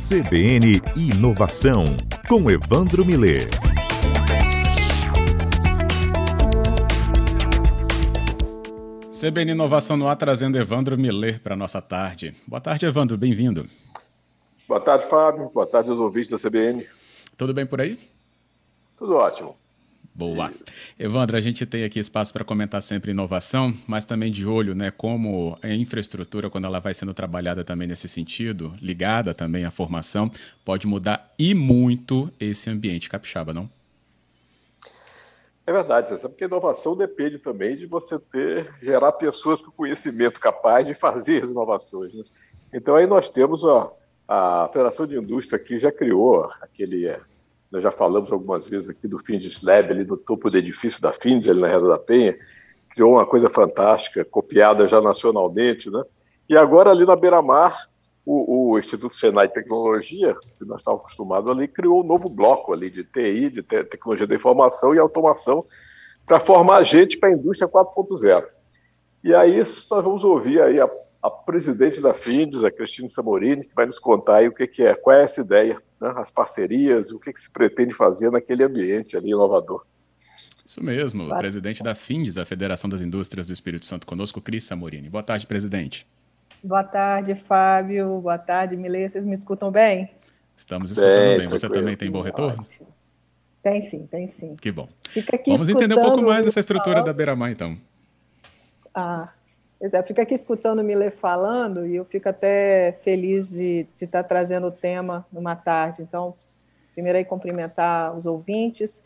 CBN Inovação, com Evandro Miller. CBN Inovação no ar, trazendo Evandro Miller para a nossa tarde. Boa tarde, Evandro, bem-vindo. Boa tarde, Fábio. Boa tarde aos ouvintes da CBN. Tudo bem por aí? Tudo ótimo. Boa. Evandro, a gente tem aqui espaço para comentar sempre inovação, mas também de olho, né, como a infraestrutura, quando ela vai sendo trabalhada também nesse sentido, ligada também à formação, pode mudar e muito esse ambiente capixaba, não? É verdade, você sabe que a inovação depende também de você gerar pessoas com conhecimento capaz de fazer as inovações, né? Então aí nós temos a Federação de Indústria que já criou nós já falamos algumas vezes aqui do Findes Lab, ali no topo do edifício da Findes, ali na Reza da Penha, criou uma coisa fantástica, copiada já nacionalmente, né? E agora ali na Beira-Mar, o Instituto Senai de Tecnologia, que nós estávamos acostumados ali, criou um novo bloco ali de TI, de Tecnologia da Informação e Automação, para formar gente para a indústria 4.0. E aí nós vamos ouvir aí a presidente da Findes, a Cristina Samorini, que vai nos contar aí qual é essa ideia, né? As parcerias, o que se pretende fazer naquele ambiente ali inovador. Isso mesmo, o presidente da Findes, a Federação das Indústrias do Espírito Santo, conosco, Cris Samorini. Boa tarde, presidente. Boa tarde, Fábio. Boa tarde, Milê. Vocês me escutam bem? Estamos escutando bem. Você também tem bom retorno? Ótimo. Tem sim, tem sim. Que bom. Fica aqui Vamos entender um pouco mais dessa estrutura da Beira-Mar, então. Pois é, fica aqui escutando o Milê falando e eu fico até feliz de estar trazendo o tema numa tarde. Então, primeiro aí cumprimentar os ouvintes.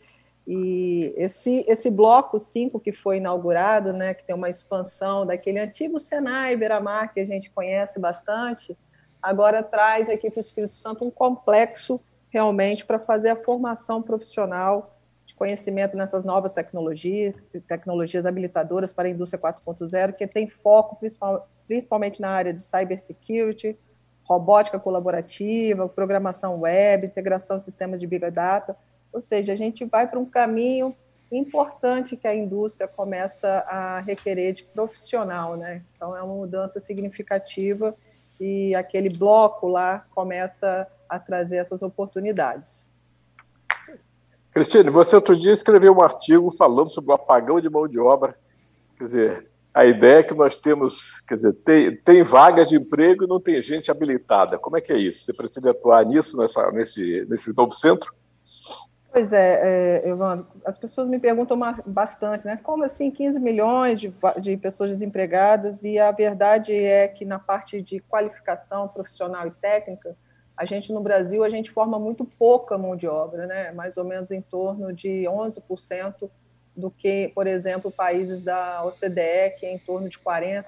E esse bloco 5 que foi inaugurado, né, que tem uma expansão daquele antigo Senai Beira-Mar, que a gente conhece bastante, agora traz aqui para o Espírito Santo um complexo realmente para fazer a formação profissional de conhecimento nessas novas tecnologias habilitadoras para a indústria 4.0, que tem foco principalmente na área de cybersecurity, robótica colaborativa, programação web, integração de sistemas de Big Data. Ou seja, a gente vai para um caminho importante que a indústria começa a requerer de profissional, né? Então, é uma mudança significativa e aquele bloco lá começa a trazer essas oportunidades. Cristine, você outro dia escreveu um artigo falando sobre o apagão de mão de obra. Quer dizer, a ideia é que nós temos, quer dizer, tem vagas de emprego e não tem gente habilitada. Como é que é isso? Você pretende atuar nisso, nesse novo centro? Pois é, Evandro, as pessoas me perguntam bastante, né? Como assim 15 milhões de pessoas desempregadas? E a verdade é que na parte de qualificação profissional e técnica, no Brasil, a gente forma muito pouca mão de obra, né? Mais ou menos em torno de 11% do que, por exemplo, países da OCDE, que é em torno de 40%,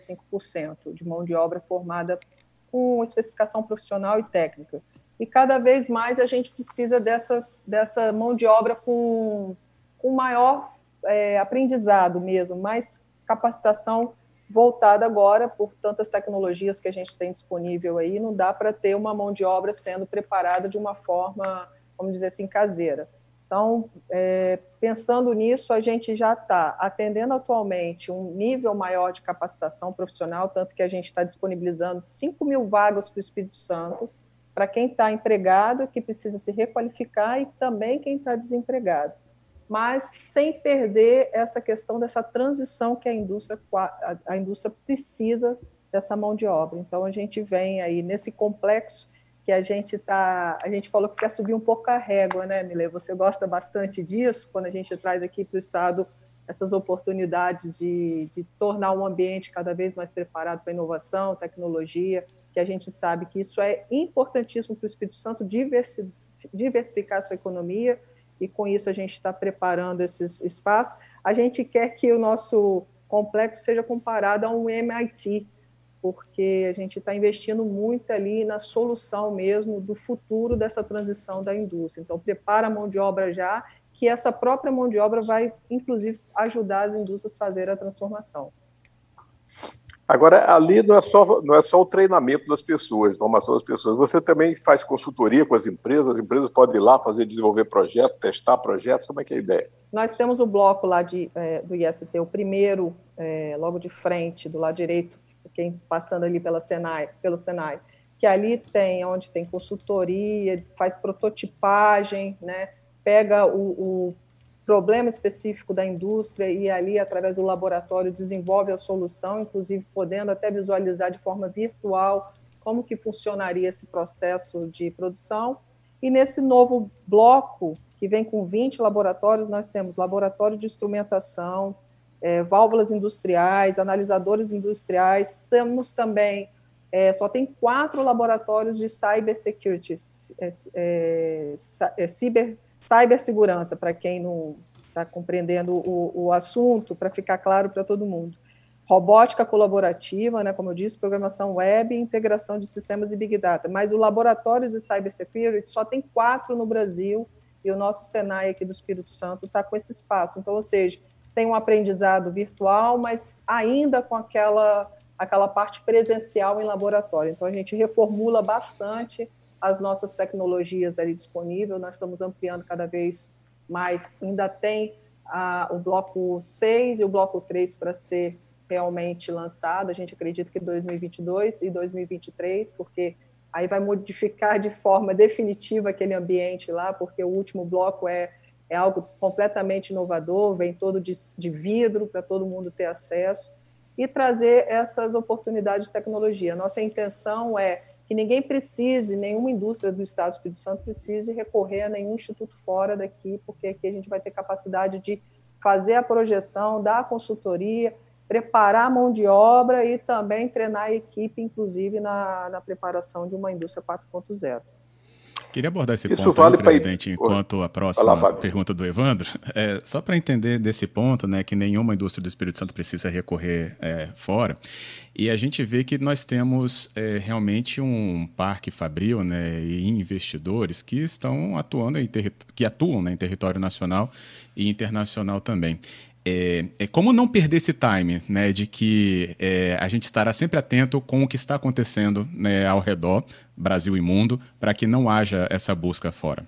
45% de mão de obra formada com especificação profissional e técnica. E cada vez mais a gente precisa dessa mão de obra com maior aprendizado mesmo, mais capacitação voltada agora por tantas tecnologias que a gente tem disponível aí, não dá para ter uma mão de obra sendo preparada de uma forma, vamos dizer assim, caseira. Então, pensando nisso, a gente já está atendendo atualmente um nível maior de capacitação profissional, tanto que a gente está disponibilizando 5 mil vagas para o Espírito Santo, para quem está empregado, que precisa se requalificar, e também quem está desempregado. Mas sem perder essa questão dessa transição que a indústria precisa dessa mão de obra. Então, a gente vem aí nesse complexo que a gente falou que quer subir um pouco a régua, né, Milê? Você gosta bastante disso, quando a gente traz aqui para o Estado essas oportunidades de tornar um ambiente cada vez mais preparado para inovação, tecnologia, que a gente sabe que isso é importantíssimo para o Espírito Santo diversificar a sua economia, e com isso a gente está preparando esses espaços. A gente quer que o nosso complexo seja comparado a um MIT, porque a gente está investindo muito ali na solução mesmo do futuro dessa transição da indústria. Então, prepara a mão de obra já, que essa própria mão de obra vai, inclusive, ajudar as indústrias a fazer a transformação. Agora, ali não é só o treinamento das pessoas, a formação das pessoas. Você também faz consultoria com as empresas podem ir lá desenvolver projetos, testar projetos. Como é que é a ideia? Nós temos o bloco lá do IST, o primeiro, logo de frente, do lado direito, quem passando ali pelo Senai, que ali tem, onde tem consultoria, faz prototipagem, né? Pega o problema específico da indústria e ali, através do laboratório, desenvolve a solução, inclusive podendo até visualizar de forma virtual como que funcionaria esse processo de produção. E nesse novo bloco, que vem com 20 laboratórios, nós temos laboratório de instrumentação, válvulas industriais, analisadores industriais, temos também, só tem 4 laboratórios de cybersecurity, cibersegurança, para quem não está compreendendo o assunto, para ficar claro para todo mundo. Robótica colaborativa, né, como eu disse, programação web e integração de sistemas e Big Data. Mas o laboratório de cybersecurity só tem 4 no Brasil, e o nosso Senai aqui do Espírito Santo está com esse espaço. Então, ou seja, tem um aprendizado virtual, mas ainda com aquela parte presencial em laboratório. Então, a gente reformula bastante as nossas tecnologias ali disponíveis, nós estamos ampliando cada vez mais, ainda tem o bloco 6 e o bloco 3 para ser realmente lançado, a gente acredita que 2022 e 2023, porque aí vai modificar de forma definitiva aquele ambiente lá, porque o último bloco é algo completamente inovador, vem todo de vidro para todo mundo ter acesso, e trazer essas oportunidades de tecnologia. Nossa intenção é que ninguém precise, nenhuma indústria do Estado do Espírito Santo precise recorrer a nenhum instituto fora daqui, porque aqui a gente vai ter capacidade de fazer a projeção, dar a consultoria, preparar a mão de obra e também treinar a equipe, inclusive na preparação de uma indústria 4.0. Queria abordar esse ponto, vale aí, presidente, enquanto a próxima pergunta do Evandro. Só para entender desse ponto, né, que nenhuma indústria do Espírito Santo precisa recorrer fora, e a gente vê que nós temos realmente um parque fabril, né, e investidores que estão atuando que atuam, né, em território nacional e internacional também. Como não perder esse time, né, de que a gente estará sempre atento com o que está acontecendo, né, ao redor, Brasil e mundo, para que não haja essa busca fora?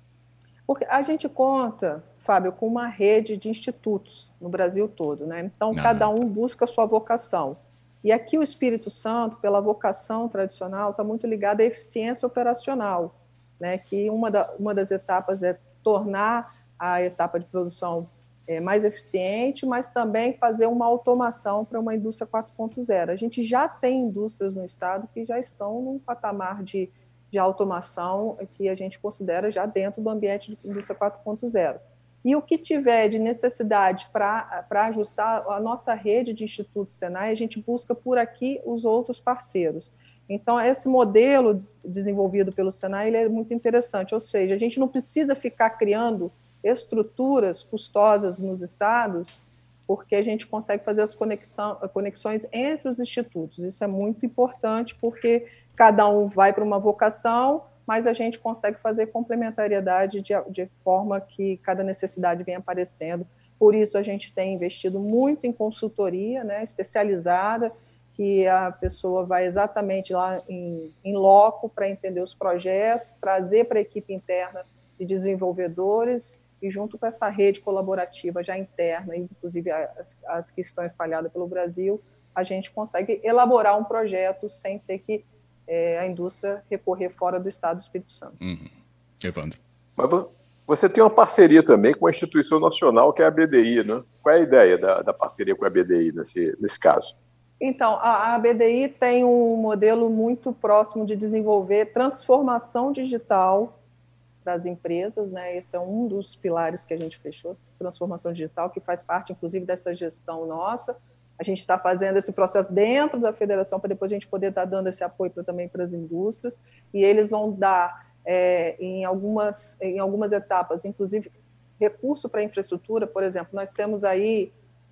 Porque a gente conta, Fábio, com uma rede de institutos no Brasil todo, né? Então, cada um busca a sua vocação. E aqui o Espírito Santo, pela vocação tradicional, está muito ligado à eficiência operacional, né? Que uma das etapas é tornar a etapa de produção mais eficiente, mas também fazer uma automação para uma indústria 4.0. A gente já tem indústrias no estado que já estão num patamar de automação que a gente considera já dentro do ambiente de indústria 4.0. E o que tiver de necessidade para ajustar a nossa rede de institutos Senai, a gente busca por aqui os outros parceiros. Então, esse modelo desenvolvido pelo Senai ele é muito interessante, ou seja, a gente não precisa ficar criando estruturas custosas nos estados, porque a gente consegue fazer as conexões entre os institutos. Isso é muito importante, porque cada um vai para uma vocação, mas a gente consegue fazer complementariedade de forma que cada necessidade vem aparecendo. Por isso, a gente tem investido muito em consultoria, né, especializada, que a pessoa vai exatamente lá em loco para entender os projetos, trazer para a equipe interna de desenvolvedores, e junto com essa rede colaborativa já interna, inclusive as que estão espalhadas pelo Brasil, a gente consegue elaborar um projeto sem ter que a indústria recorrer fora do estado do Espírito Santo. Evandro. Mas você tem uma parceria também com a instituição nacional, que é a BDI, né? Qual é a ideia da parceria com a BDI nesse caso? Então, a BDI tem um modelo muito próximo de desenvolver transformação digital das empresas, né? Esse é um dos pilares que a gente fechou, transformação digital, que faz parte, inclusive, dessa gestão nossa. A gente está fazendo esse processo dentro da federação para depois a gente poder estar dando esse apoio também para as indústrias, e eles vão dar, em algumas etapas, inclusive, recurso para infraestrutura. Por exemplo, nós temos aí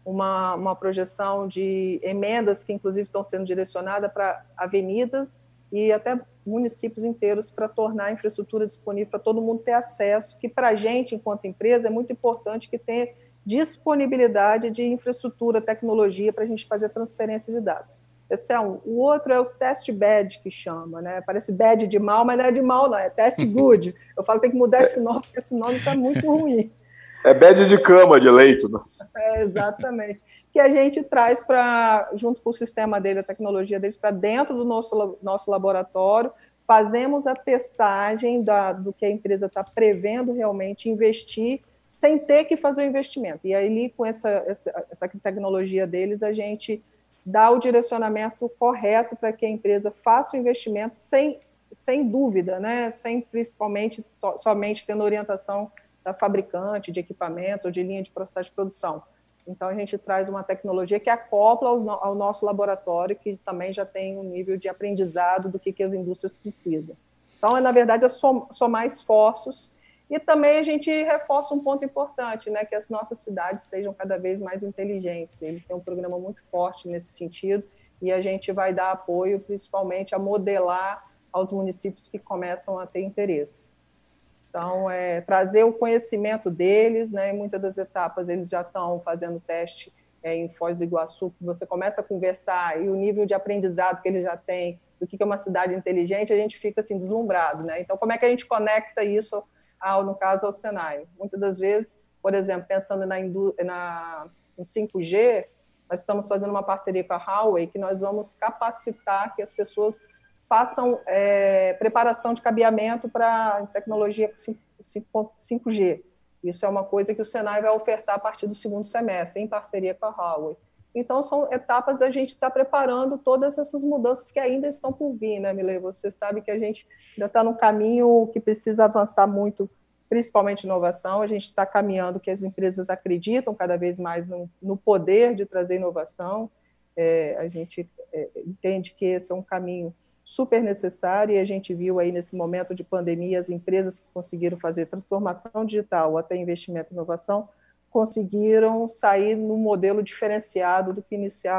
uma projeção de emendas que, inclusive, estão sendo direcionadas para avenidas e até municípios inteiros para tornar a infraestrutura disponível para todo mundo ter acesso, que para a gente, enquanto empresa, é muito importante que tenha disponibilidade de infraestrutura, tecnologia para a gente fazer transferência de dados. Esse é um. O outro é os test bed, que chama, né? Parece bad de mal, mas não é de mal, não, é test good. Eu falo que tem que mudar esse nome, porque esse nome está muito ruim. É bed de cama, de leito, né? Exatamente. que a gente traz junto com o sistema dele, a tecnologia deles, para dentro do nosso laboratório, fazemos a testagem do que a empresa está prevendo realmente investir, sem ter que fazer o investimento. E aí, com essa tecnologia deles, a gente dá o direcionamento correto para que a empresa faça o investimento sem dúvida, né? Sem principalmente somente tendo orientação da fabricante de equipamentos ou de linha de processo de produção. Então, a gente traz uma tecnologia que acopla ao nosso laboratório, que também já tem um nível de aprendizado do que as indústrias precisam. Então, na verdade, é somar esforços. E também a gente reforça um ponto importante, né, que as nossas cidades sejam cada vez mais inteligentes. Eles têm um programa muito forte nesse sentido, e a gente vai dar apoio, principalmente, a modelar aos municípios que começam a ter interesse. Então, trazer o conhecimento deles, né, em muitas das etapas eles já estão fazendo teste em Foz do Iguaçu, que você começa a conversar, e o nível de aprendizado que eles já têm, do que é uma cidade inteligente, a gente fica assim, deslumbrado, né? Então, como é que a gente conecta isso, no caso, ao Senai? Muitas das vezes, por exemplo, pensando no 5G, nós estamos fazendo uma parceria com a Huawei, que nós vamos capacitar que as pessoas façam preparação de cabeamento para tecnologia 5G. Isso é uma coisa que o Senai vai ofertar a partir do segundo semestre, em parceria com a Huawei. Então, são etapas da gente estar preparando todas essas mudanças que ainda estão por vir, né, Milê? Você sabe que a gente ainda está num caminho que precisa avançar muito, principalmente inovação. A gente está caminhando que as empresas acreditam cada vez mais no poder de trazer inovação. A gente entende que esse é um caminho super necessário, e a gente viu aí nesse momento de pandemia as empresas que conseguiram fazer transformação digital ou até investimento em inovação conseguiram sair no modelo diferenciado do que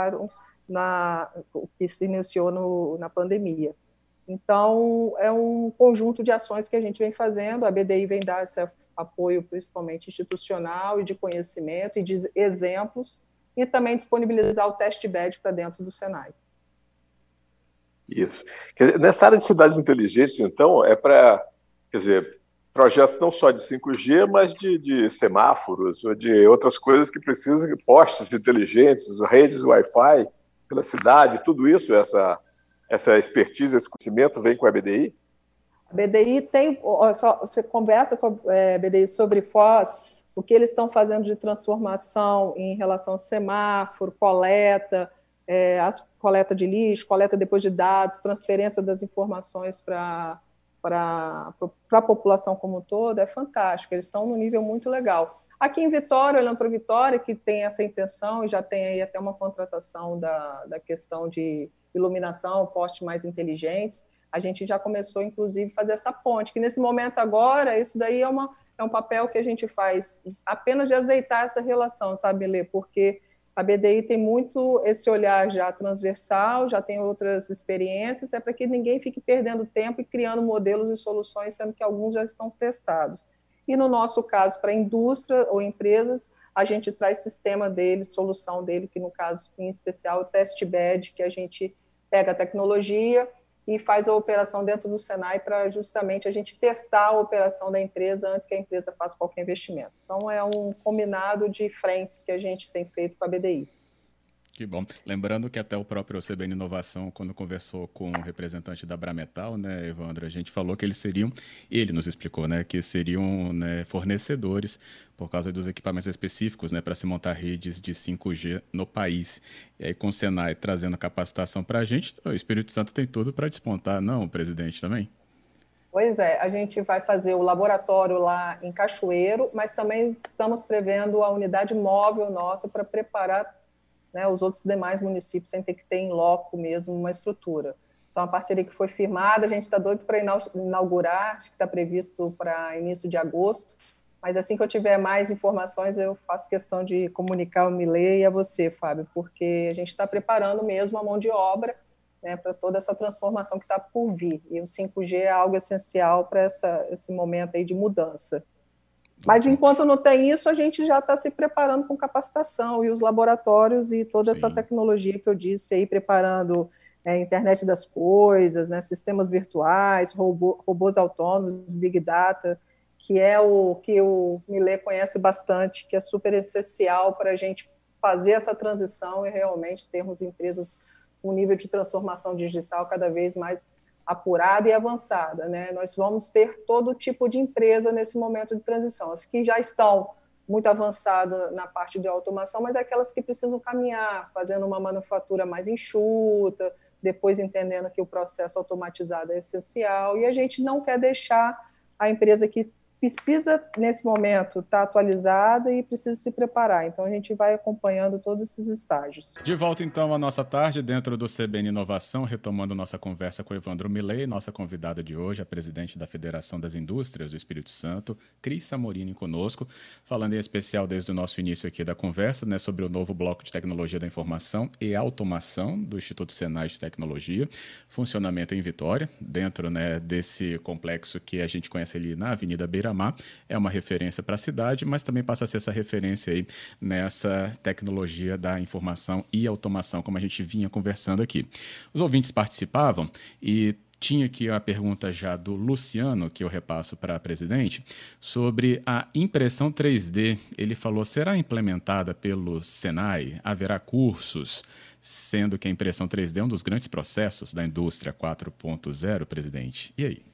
que se iniciou na pandemia. Então, é um conjunto de ações que a gente vem fazendo, a BDI vem dar esse apoio principalmente institucional e de conhecimento e de exemplos, e também disponibilizar o test bed para dentro do Senai. Isso. Nessa área de cidades inteligentes, então, quer dizer, projetos não só de 5G, mas de semáforos ou de outras coisas que precisam de postes inteligentes, redes Wi-Fi pela cidade, tudo isso, essa expertise, esse conhecimento vem com a BDI? A BDI tem, você conversa com a BDI sobre Foz, o que eles estão fazendo de transformação em relação ao semáforo, coleta de lixo, coleta depois de dados, transferência das informações para a população como um todo, é fantástico, eles estão num nível muito legal. Aqui em Vitória, olhando para Vitória, que tem essa intenção, e já tem aí até uma contratação da questão de iluminação, postes mais inteligentes, a gente já começou, inclusive, a fazer essa ponte, que nesse momento agora, isso daí é um papel que a gente faz apenas de azeitar essa relação, sabe, Lê? Porque a BDI tem muito esse olhar já transversal, já tem outras experiências, para que ninguém fique perdendo tempo e criando modelos e soluções, sendo que alguns já estão testados. E no nosso caso, para a indústria ou empresas, a gente traz sistema dele, solução dele, que no caso, em especial, o test bed, que a gente pega a tecnologia e faz a operação dentro do Senai para justamente a gente testar a operação da empresa antes que a empresa faça qualquer investimento. Então, é um combinado de frentes que a gente tem feito com a BDI. Que bom. Lembrando que até o próprio CBN Inovação, quando conversou com o representante da Brametal, né, Evandro, a gente falou que ele nos explicou, né, que seriam, né, fornecedores por causa dos equipamentos específicos, né, para se montar redes de 5G no país. E aí, com o Senai trazendo capacitação para a gente, o Espírito Santo tem tudo para despontar, não, presidente, também? Pois é, a gente vai fazer o laboratório lá em Cachoeiro, mas também estamos prevendo a unidade móvel nossa para preparar, né, os outros demais municípios, sem ter que ter em loco mesmo uma estrutura. Então, uma parceria que foi firmada, a gente está doido para inaugurar, acho que está previsto para início de agosto, mas assim que eu tiver mais informações, eu faço questão de comunicar ao Milê e a você, Fábio, porque a gente está preparando mesmo a mão de obra, né, para toda essa transformação que está por vir, e o 5G é algo essencial para esse momento aí de mudança. Mas enquanto não tem isso, a gente já está se preparando com capacitação e os laboratórios e toda essa tecnologia que eu disse aí, preparando internet das coisas, né, sistemas virtuais, robôs autônomos, Big Data, que é o que o Milê conhece bastante, que é super essencial para a gente fazer essa transição e realmente termos empresas com um nível de transformação digital cada vez mais apurada e avançada, né? Nós vamos ter todo tipo de empresa nesse momento de transição, as que já estão muito avançadas na parte de automação, mas aquelas que precisam caminhar, fazendo uma manufatura mais enxuta, depois entendendo que o processo automatizado é essencial, e a gente não quer deixar a empresa que precisa, nesse momento, estar atualizada e precisa se preparar. Então, a gente vai acompanhando todos esses estágios. De volta, então, à nossa tarde, dentro do CBN Inovação, retomando nossa conversa com Evandro Milei, nossa convidada de hoje, a presidente da Federação das Indústrias do Espírito Santo, Cris Samorini, conosco, falando em especial desde o nosso início aqui da conversa, né, sobre o novo bloco de tecnologia da informação e automação do Instituto Senai de Tecnologia, funcionamento em Vitória, dentro, né, desse complexo que a gente conhece ali na Avenida Beira-Mar. É uma referência para a cidade, mas também passa a ser essa referência aí nessa tecnologia da informação e automação, como a gente vinha conversando aqui. Os ouvintes participavam e tinha aqui a pergunta já do Luciano, que eu repasso para a presidente, sobre a impressão 3D. Ele falou, será implementada pelo Senai? Haverá cursos? Sendo que a impressão 3D é um dos grandes processos da indústria 4.0, presidente. E aí?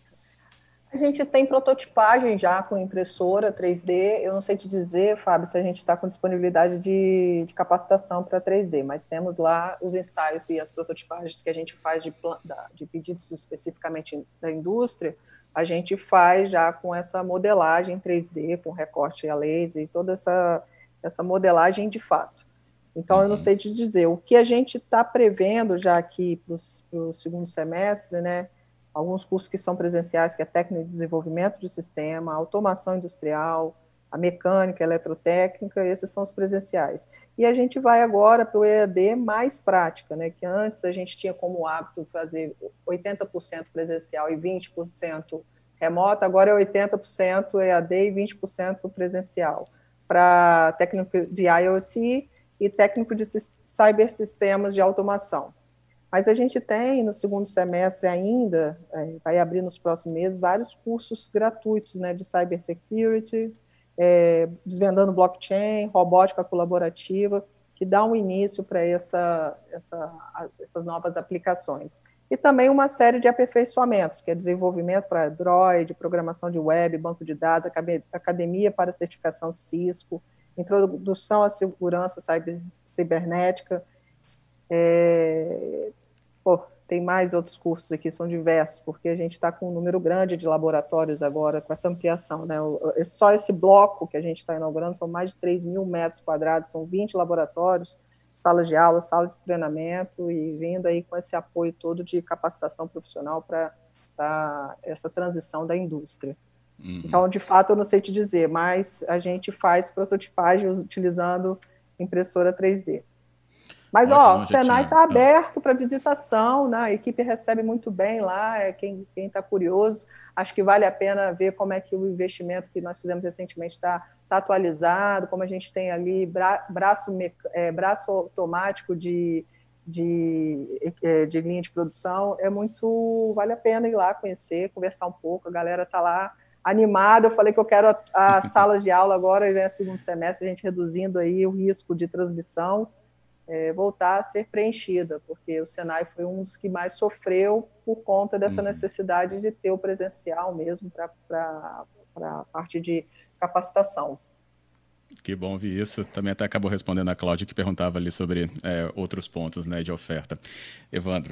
A gente tem prototipagem já com impressora 3D. Eu não sei te dizer, Fábio, se a gente está com disponibilidade de capacitação para 3D, mas temos lá os ensaios e as prototipagens que a gente faz de pedidos especificamente da indústria, a gente faz já com essa modelagem 3D, com recorte a laser e toda essa modelagem de fato. Então, eu não sei te dizer. O que a gente está prevendo já aqui para o segundo semestre, né? Alguns cursos que são presenciais, que é técnico de desenvolvimento de sistema, automação industrial, a mecânica, a eletrotécnica, esses são os presenciais. E a gente vai agora para o EAD mais prática, né, que antes a gente tinha como hábito fazer 80% presencial e 20% remoto, agora é 80% EAD e 20% presencial, para técnico de IoT e técnico de cybersistemas de automação. Mas a gente tem, no segundo semestre ainda, vai abrir nos próximos meses, vários cursos gratuitos, né, de cybersecurity, desvendando blockchain, robótica colaborativa, que dá um início para essas novas aplicações. E também uma série de aperfeiçoamentos, que é desenvolvimento para Android, programação de web, banco de dados, academia para certificação Cisco, introdução à segurança cibernética. Tem mais outros cursos aqui, são diversos, porque a gente está com um número grande de laboratórios agora, com essa ampliação, né? Só esse bloco que a gente está inaugurando são mais de 3 mil metros quadrados, são 20 laboratórios, salas de aula, sala de treinamento, e vindo aí com esse apoio todo de capacitação profissional para essa transição da indústria. Então, de fato, eu não sei te dizer, mas a gente faz prototipagem utilizando impressora 3D. Mas, o Senai está aberto para visitação, né? A equipe recebe muito bem lá, quem está curioso, acho que vale a pena ver como é que o investimento que nós fizemos recentemente está atualizado, como a gente tem ali braço automático de linha de produção, vale a pena ir lá conhecer, conversar um pouco, a galera está lá animada. Eu falei que eu quero as salas de aula agora, já é segundo semestre, a gente reduzindo aí o risco de transmissão, voltar a ser preenchida, porque o Senai foi um dos que mais sofreu por conta dessa necessidade de ter o presencial mesmo para a parte de capacitação. Que bom ouvir isso. Também até acabou respondendo a Cláudia, que perguntava ali sobre outros pontos, né, de oferta. Evandro.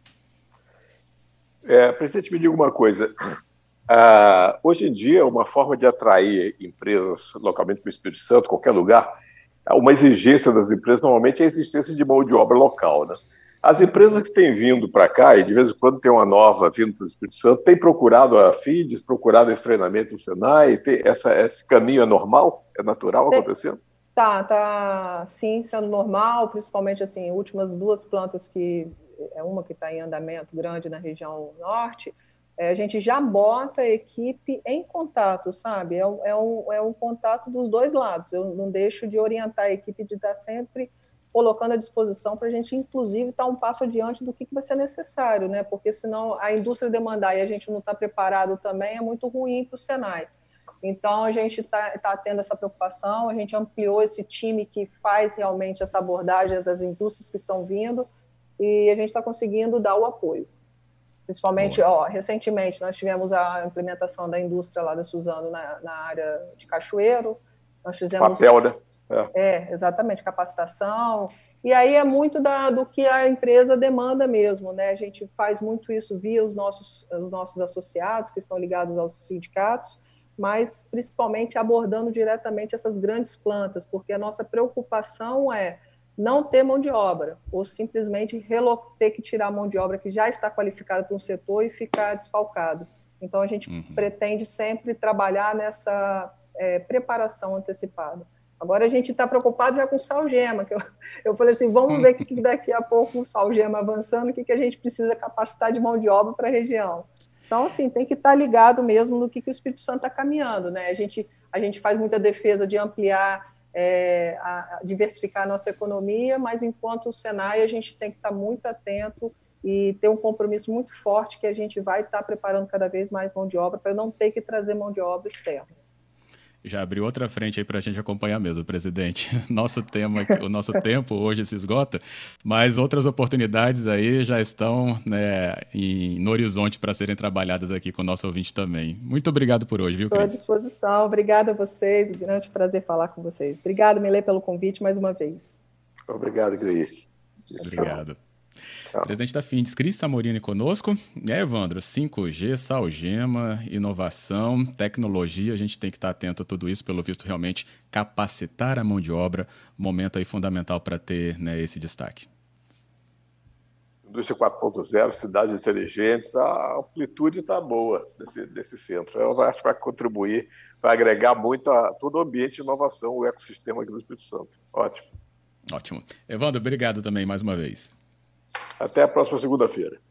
Presidente, me diga uma coisa. Hoje em dia, uma forma de atrair empresas localmente para o Espírito Santo, qualquer lugar, uma exigência das empresas normalmente é a existência de mão de obra local, né? As empresas que têm vindo para cá, e de vez em quando tem uma nova vindo para o Espírito Santo, têm procurado a FIDES, procurado esse treinamento no Senai, esse caminho é normal? É natural acontecendo? Tá sim, sendo normal, principalmente assim, últimas duas plantas uma que está em andamento grande na região norte, a gente já bota a equipe em contato, sabe? É um contato dos dois lados. Eu não deixo de orientar a equipe, de estar sempre colocando à disposição para a gente, inclusive, estar um passo adiante do que vai ser necessário, né? Porque senão a indústria demandar e a gente não está preparado também é muito ruim para o Senai. Então, a gente tá tendo essa preocupação, a gente ampliou esse time que faz realmente essa abordagem às indústrias que estão vindo, e a gente está conseguindo dar o apoio. Principalmente, recentemente, nós tivemos a implementação da indústria lá da Suzano na área de Cachoeiro, nós fizemos... Papel, né? Exatamente, capacitação, e aí é muito do que a empresa demanda mesmo, né? A gente faz muito isso via os nossos associados, que estão ligados aos sindicatos, mas principalmente abordando diretamente essas grandes plantas, porque a nossa preocupação é não ter mão de obra, ou simplesmente ter que tirar a mão de obra que já está qualificada para um setor e ficar desfalcado. Então, a gente pretende sempre trabalhar nessa preparação antecipada. Agora a gente está preocupado já com o Salgema, que eu falei assim, vamos ver que daqui a pouco o Salgema avançando, o que a gente precisa capacitar de mão de obra para a região. Então, assim, tem que estar ligado mesmo no que o Espírito Santo está caminhando, né? A gente faz muita defesa de ampliar, diversificar a nossa economia, mas enquanto o Senai a gente tem que estar muito atento e ter um compromisso muito forte que a gente vai estar preparando cada vez mais mão de obra para não ter que trazer mão de obra externa. Já abriu outra frente aí para a gente acompanhar mesmo, presidente. O nosso tempo hoje se esgota, mas outras oportunidades aí já estão, né, no horizonte para serem trabalhadas aqui com o nosso ouvinte também. Muito obrigado por hoje, viu, Cris? Estou à disposição. Obrigada a vocês. Grande prazer falar com vocês. Obrigado, Milê, pelo convite mais uma vez. Obrigado, Cris. Obrigado. Presidente da Findes, Cris Samorini conosco. Evandro, 5G, Salgema, inovação, tecnologia, a gente tem que estar atento a tudo isso, pelo visto realmente capacitar a mão de obra, momento aí fundamental para ter, né, esse destaque. Indústria 4.0, cidades inteligentes, a amplitude está boa desse centro. Eu acho que vai contribuir, vai agregar muito a todo o ambiente de inovação, o ecossistema aqui do Espírito Santo. Ótimo. Ótimo. Evandro, obrigado também mais uma vez. Até a próxima segunda-feira.